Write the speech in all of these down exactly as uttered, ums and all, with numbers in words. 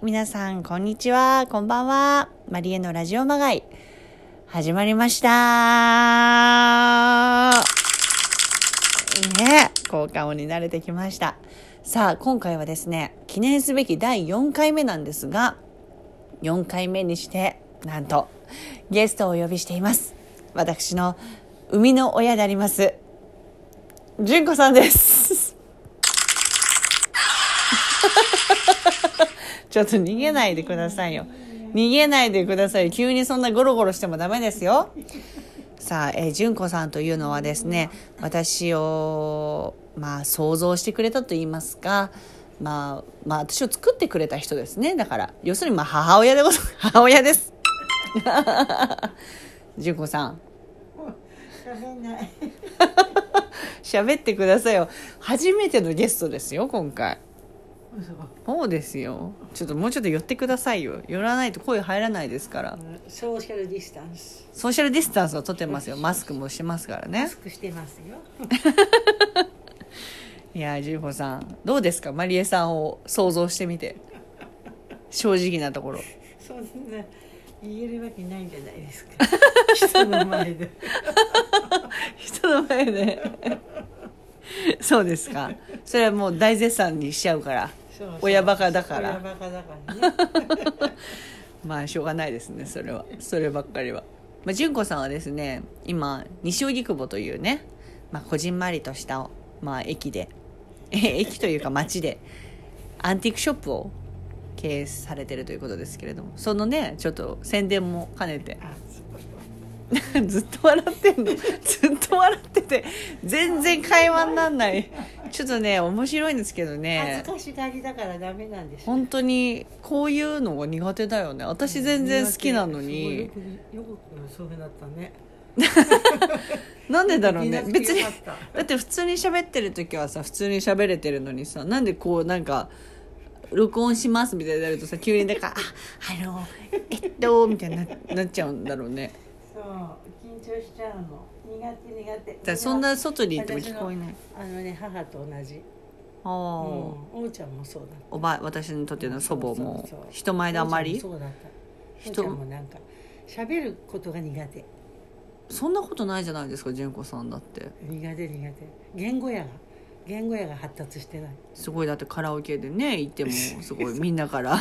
皆さんこんにちは、こんばんは。マリエのラジオまがい始まりましたね。効果音に慣れてきました。さあ今回はですね、記念すべきだいよんかいめなんですが、よんかいめにしてなんとゲストをお呼びしています。私の生みの親であります純子さんですちょっと逃げないでくださいよ。逃げないでください。急にそんなゴロゴロしてもダメですよ。さあ、えー、純子さんというのはですね、私をまあ想像してくれたと言いますか、まあまあ私を作ってくれた人ですね。だから要するにまあ母親でござ母親です純子さん喋んない喋ってくださいよ。初めてのゲストですよ今回。そうですよ。ちょっともうちょっと寄ってくださいよ。寄らないと声入らないですから。 ソーシャルディスタンスソーシャルディスタンスを取ってますよ。マスクもしてますからね。 マスクしてますよいや純子さんどうですか、マリエさんを想像してみて。正直なところそんな言えるわけないんじゃないですか人の前で人の前でそうですか。それはもう大絶賛にしちゃうからそうそう親バカだから親バカだからねまあしょうがないですね、それは。そればっかりは。まあ、純子さんはですね、今西荻窪というね、まあ、こじんまりとした、まあ、駅で駅というか街でアンティークショップを経営されてるということですけれども、そのねちょっと宣伝も兼ねてずっと笑ってんのずっと笑ってて全然会話になんない。ちょっとね面白いんですけどね、 恥ずかしがりだからダメなんですよ。 本当にこういうのが苦手だよね。私全然好きなのに、 よくよくそうなったねなんでだろうね。別によかっただって普通に喋ってる時はさ普通に喋れてるのにさ、なんでこうなんか録音しますみたいになるとさ、急になんかああのえっとみたいに な, なっちゃうんだろうね。 そう緊張しちゃうの。苦手苦手。 だからそんな外に行っても聞こえない。 あのね母と同じ。 ああ、 うん、おうちゃんもそうだった。 おば私にとっての祖母もそうそうそう人前であまり。 そうだった。 人おうちゃんもなんか喋ることが苦手。 そんなことないじゃないですか純子さんだって。 苦手苦手。言語やが言語やが発達してない。 すごい。だってカラオケでね行ってもすごいみんなからい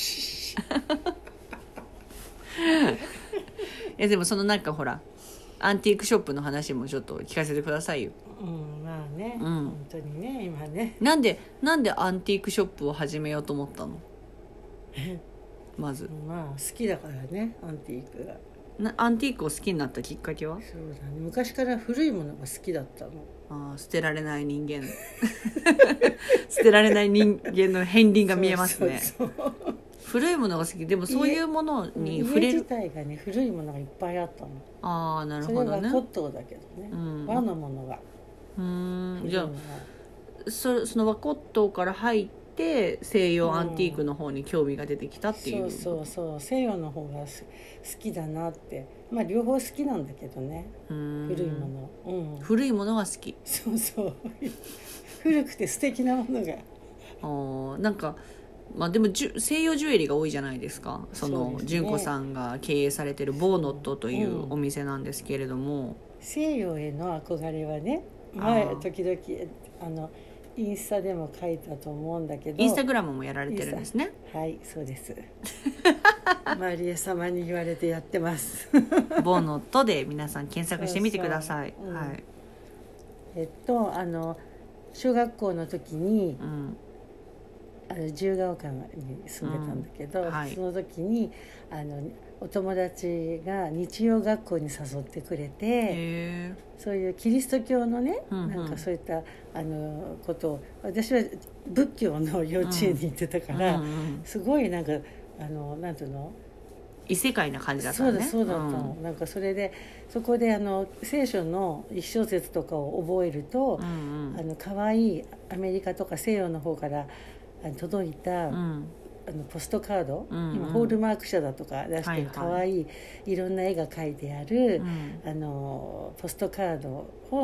やでもそのなんかほらアンティークショップの話もちょっと聞かせてくださいよ。 うんまあね、 うん、 本当にね今ね。 なんでなんでアンティークショップを始めようと思ったのまず。 まあ好きだからねアンティークが。 なアンティークを好きになったきっかけは？ そうだね、昔から古いものが好きだったの。 ああ、捨てられない人間捨てられない人間の片鱗が見えますね。 そうそうそう古いものが好き。でもそういうものに触れる。 家自体がね古いものがいっぱいあったの。 ああなるほどね。 それが骨董だけどね、うん、和のものが。 うーんじゃあそ, その和骨董から入って西洋アンティークの方に興味が出てきたっていう、 うん、そうそうそう西洋の方が好きだなって。まあ両方好きなんだけどね。古いもの、うん、 古いものが好き。 そうそう古くて素敵なものが。 あなんかまあでも西洋ジュエリーが多いじゃないですか。そのそうですね、 純子さんが経営されてるボーノットというお店なんですけれども、うん、 西洋への憧れはね前時々あのインスタでも書いたと思うんだけど。 インスタグラムもやられてるんですね。 はいそうですマリエ様に言われてやってますボーノットで皆さん検索してみてください。 そうそう、うん、 はい、 えっとあの小学校の時に、うん、あの自由が丘に住んでたんだけど、うんはい、その時にあのお友達が日曜学校に誘ってくれて、そういうキリスト教のね、うんうん、なんかそういったあのことを、私は仏教の幼稚園に行ってたから、うんうんうん、すごいなんかあのなんていうの異世界な感じだったね。 そうだそうだったの、うん、なんかそれでそこであの聖書の一小節とかを覚えると、うんうん、あの可愛いアメリカとか西洋の方から届いた、うん、あのポストカード、うんうん、今ホールマーク社だとか出してる可愛いいろんな絵が描いてある、うん、あのポストカードを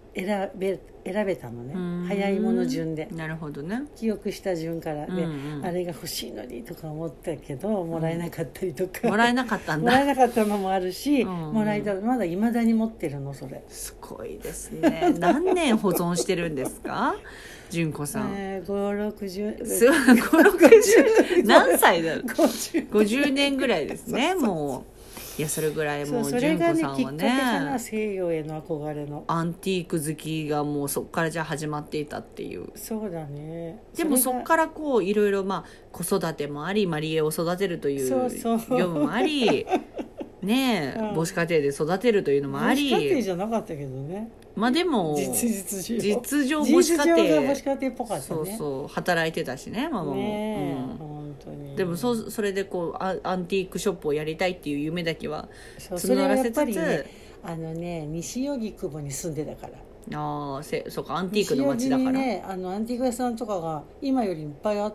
選べ選べたのね、早いもの順で。 なるほどね。 記憶した順からで、うんうん、あれが欲しいのにとか思ったけどもらえなかったりとか、 うん、もらえなかったんだもらえなかったのもあるし、うん、もらえたまだいまだに持ってるのそれ。 すごいですね。何年保存してるんですか純子さん。 えー、ごじゅうろくじゅうすごいろくじゅう何歳だろうごじゅうねんぐらいですね。もういやそれぐらいもう純子さんはね、それがねきっかけかな、西洋への憧れのアンティーク好きがもうそこからじゃあ始まっていたっていう。 そうだね。 でもそこからこういろいろまあ子育てもありマリエを育てるという業務もありねえ、うん、母子家庭で育てるというのもあり、 母子家庭じゃなかったけどね。 まあでも実実上実情母子家庭母子家庭っぽかったね。 そうそう働いてたしねママも、 ねえ、うん、本当に。 でも そ, それでこう ア, アンティークショップをやりたいっていう夢だけは募らせつつ、それはやっぱりね、 あのね西荻窪に住んでたから。 ああ、そうか、アンティークの街だから。 西荻にね、あのアンティーク屋さんとかが今よりいっぱいあって、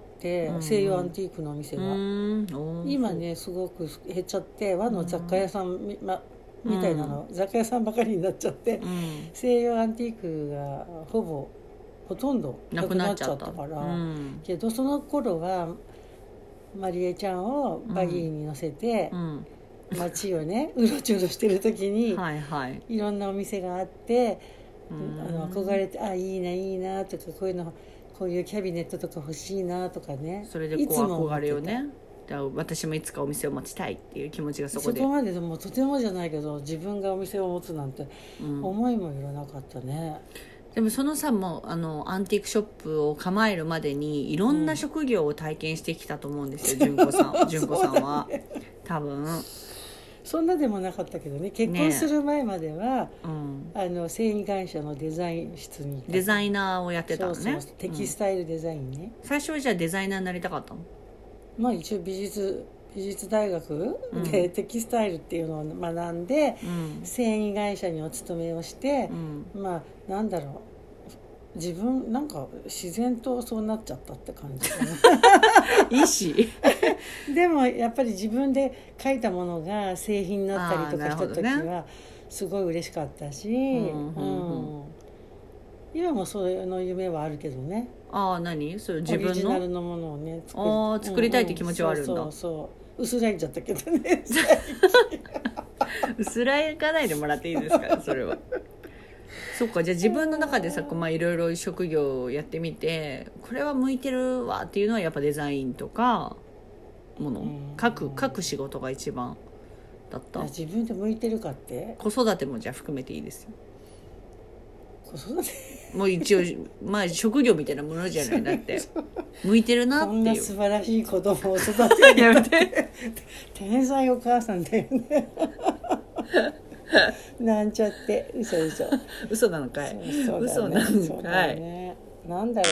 うん、西洋アンティークのお店が今ねすごく減っちゃって和の雑貨屋さん み,、ま、みたいなの、うん、雑貨屋さんばかりになっちゃって、うん、西洋アンティークがほぼほとんどなくなっちゃったから、うん、けどその頃はマリエちゃんをバギーに乗せて、うん、街をねうろちょろしてる時に、はいはい、いろんなお店があって、うん、あの憧れて、あいいないいなとか、こういうのこういうキャビネットとか欲しいなとかね、 それでこう憧れをね、私もいつかお店を持ちたいっていう気持ちがそこで、 そこまででもとてもじゃないけど自分がお店を持つなんて思いもよらなかったね、 うん、でもそのさもうあのアンティークショップを構えるまでにいろんな職業を体験してきたと思うんですよ、純子さん純子さんは、ね、多分そんなでもなかったけどね、結婚する前までは、ね、うん、あの繊維会社のデザイン室にいた。 デザイナーをやってたのね。 そうそう、テキスタイルデザインね、 うん、最初はじゃあデザイナーになりたかったの？ まあ一応美術美術大学でテキスタイルっていうのを学んで、うん、繊維会社にお勤めをして、うん、まあなんだろう、自分なんか自然とそうなっちゃったって感じかないいしでもやっぱり自分で描いたものが製品になったりとかした時はすごい嬉しかったし、うんうんうん、今もそういうの夢はあるけどね。 ああ、何？それ自分のオリジナルのものをね作り、あ作りたいって気持ちはあるんだ、うんうん、 そうそう薄らいじゃったけどね薄らいかないでもらっていいですかそれはそっか、じゃあ自分の中でさ、まあ、いろいろ職業をやってみてこれは向いてるわっていうのはやっぱデザインとかもの、書く書く仕事が一番だった。 自分で向いてるかって、 子育てもじゃあ含めていいですよ。 子育てもう一応まあ職業みたいなものじゃない、だって向いてるなっていう。 こんな素晴らしい子供を育てるやめて天才お母さんだよねなんちゃって嘘嘘嘘なのかい。そうそうだね、嘘なのかい、 ね、なんだろ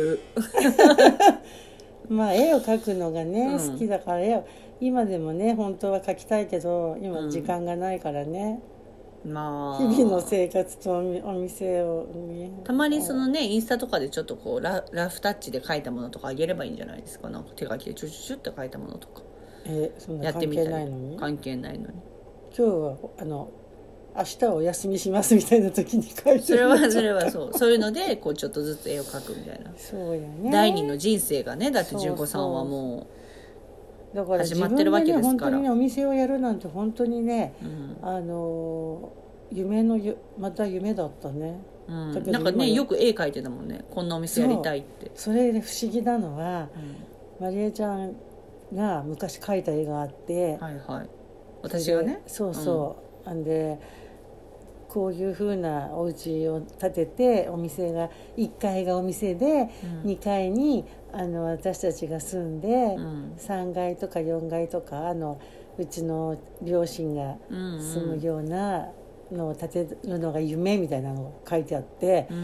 うまあ絵を描くのがね、うん、好きだから絵を今でもね本当は描きたいけど今時間がないからね、うん、まあ、日々の生活とお店を、ね、 たまにそのねインスタとかでちょっとこう ラ, ラフタッチで描いたものとかあげればいいんじゃないですか。なんか手書きでチュチュチュって描いたものとか、 えそんな関係ないのに関係ないのに今日はあの明日お休みしますみたいな時に書いてる。 それはそれはそうそういうのでこうちょっとずつ絵を描くみたいな。 そうやね。 第二の人生がね、だって純子さんはもう始まってるわけですから。だから自分でね本当にねお店をやるなんて本当にね、うん、あの夢のまた夢だったね。 うん、だなんかねよく絵描いてたもんね。こんなお店やりたいって。 そ, それで不思議なのは、うん、マリエちゃんが昔描いた絵があって、 はいはい。私がね。 そうそう。うん、なんで。こういう風なお家を建ててお店がいっかいがお店で、うん、にかいにあの私たちが住んで、うん、さんがいとかよんがいとかあのうちの両親が住むようなのを建てるのが夢みたいなのが書いてあって、 うん、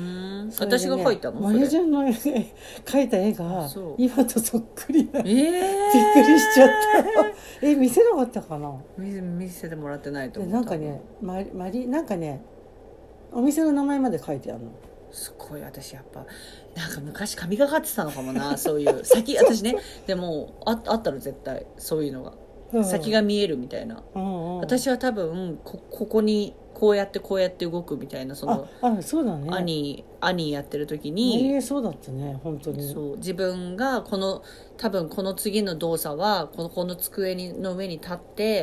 ね、私が書いたの？ マリちゃんの書いた絵が今とそっくりな、えー、びっくりしちゃったえ見せなかったかな。 見せてもらってないと思う。 なんかねマリ、マリなんかねお店の名前まで書いてあるの。 すごい。私やっぱなんか昔神がかってたのかもなそういう先私ねでも あ, あったの絶対そういうのが、うん、先が見えるみたいな、うんうん、私は多分 こ, ここにこうやってこうやって動くみたいな、そのああそうだね、 兄兄やってる時に、 えー、そうだったね本当に。 そう自分がこの多分この次の動作はこのこの机にの上に立って、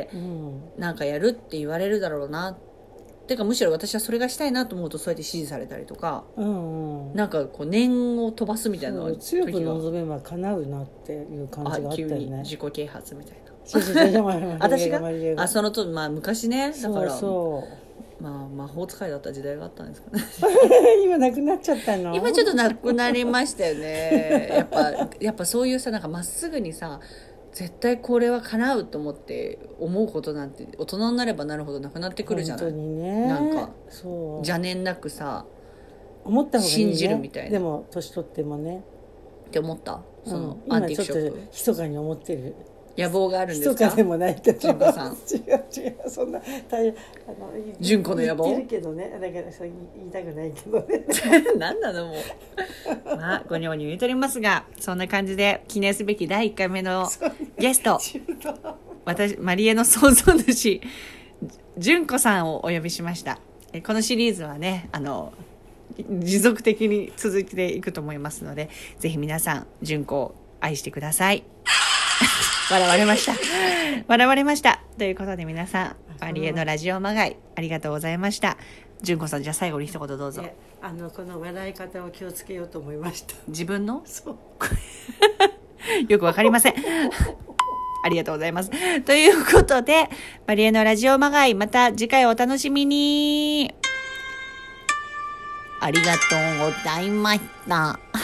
うん、なんかやるって言われるだろうなってか、むしろ私はそれがしたいなと思うとそうやって指示されたりとか、うんうん、なんかこう念を飛ばすみたいなのが強く望めば叶うなっていう感じがあったよね。急に自己啓発みたいな。 そうそうそう私があそのと、まあ、昔ねだからそうそうまあ、魔法使いだった時代があったんですかね今なくなっちゃったの。 今ちょっとなくなりましたよねやっぱやっぱそういうさ、なんかまっすぐにさ絶対これは叶うと思って思うことなんて大人になればなるほどなくなってくるじゃない。 本当にね。 なんかそう邪念なくさ思った方がいい、ね、 信じるみたいな。でも年取ってもねって思ったその、 うん、アンティークショップ今ちょっと密かに思ってる野望があるんですか。 密かでもないけど純子さん違う違うそんな大あの純子の野望言ってるけどね、だからそう言いたくないけどね何なのもうまあごにょごにょ言うとりますが、そんな感じで記念すべきだいいっかいめのゲスト私マリエの創造主純子さんをお呼びしました。このシリーズはねあの持続的に続いていくと思いますので、ぜひ皆さん純子を愛してください笑われました笑われましたということで、皆さんマリエのラジオまがいありがとうございました。純子さん、じゃあ最後に一言どうぞ。 あのこの笑い方を気をつけようと思いました。 自分のそうよくわかりませんありがとうございます。ということでマリエのラジオまがい、また次回お楽しみに。ありがとうございました。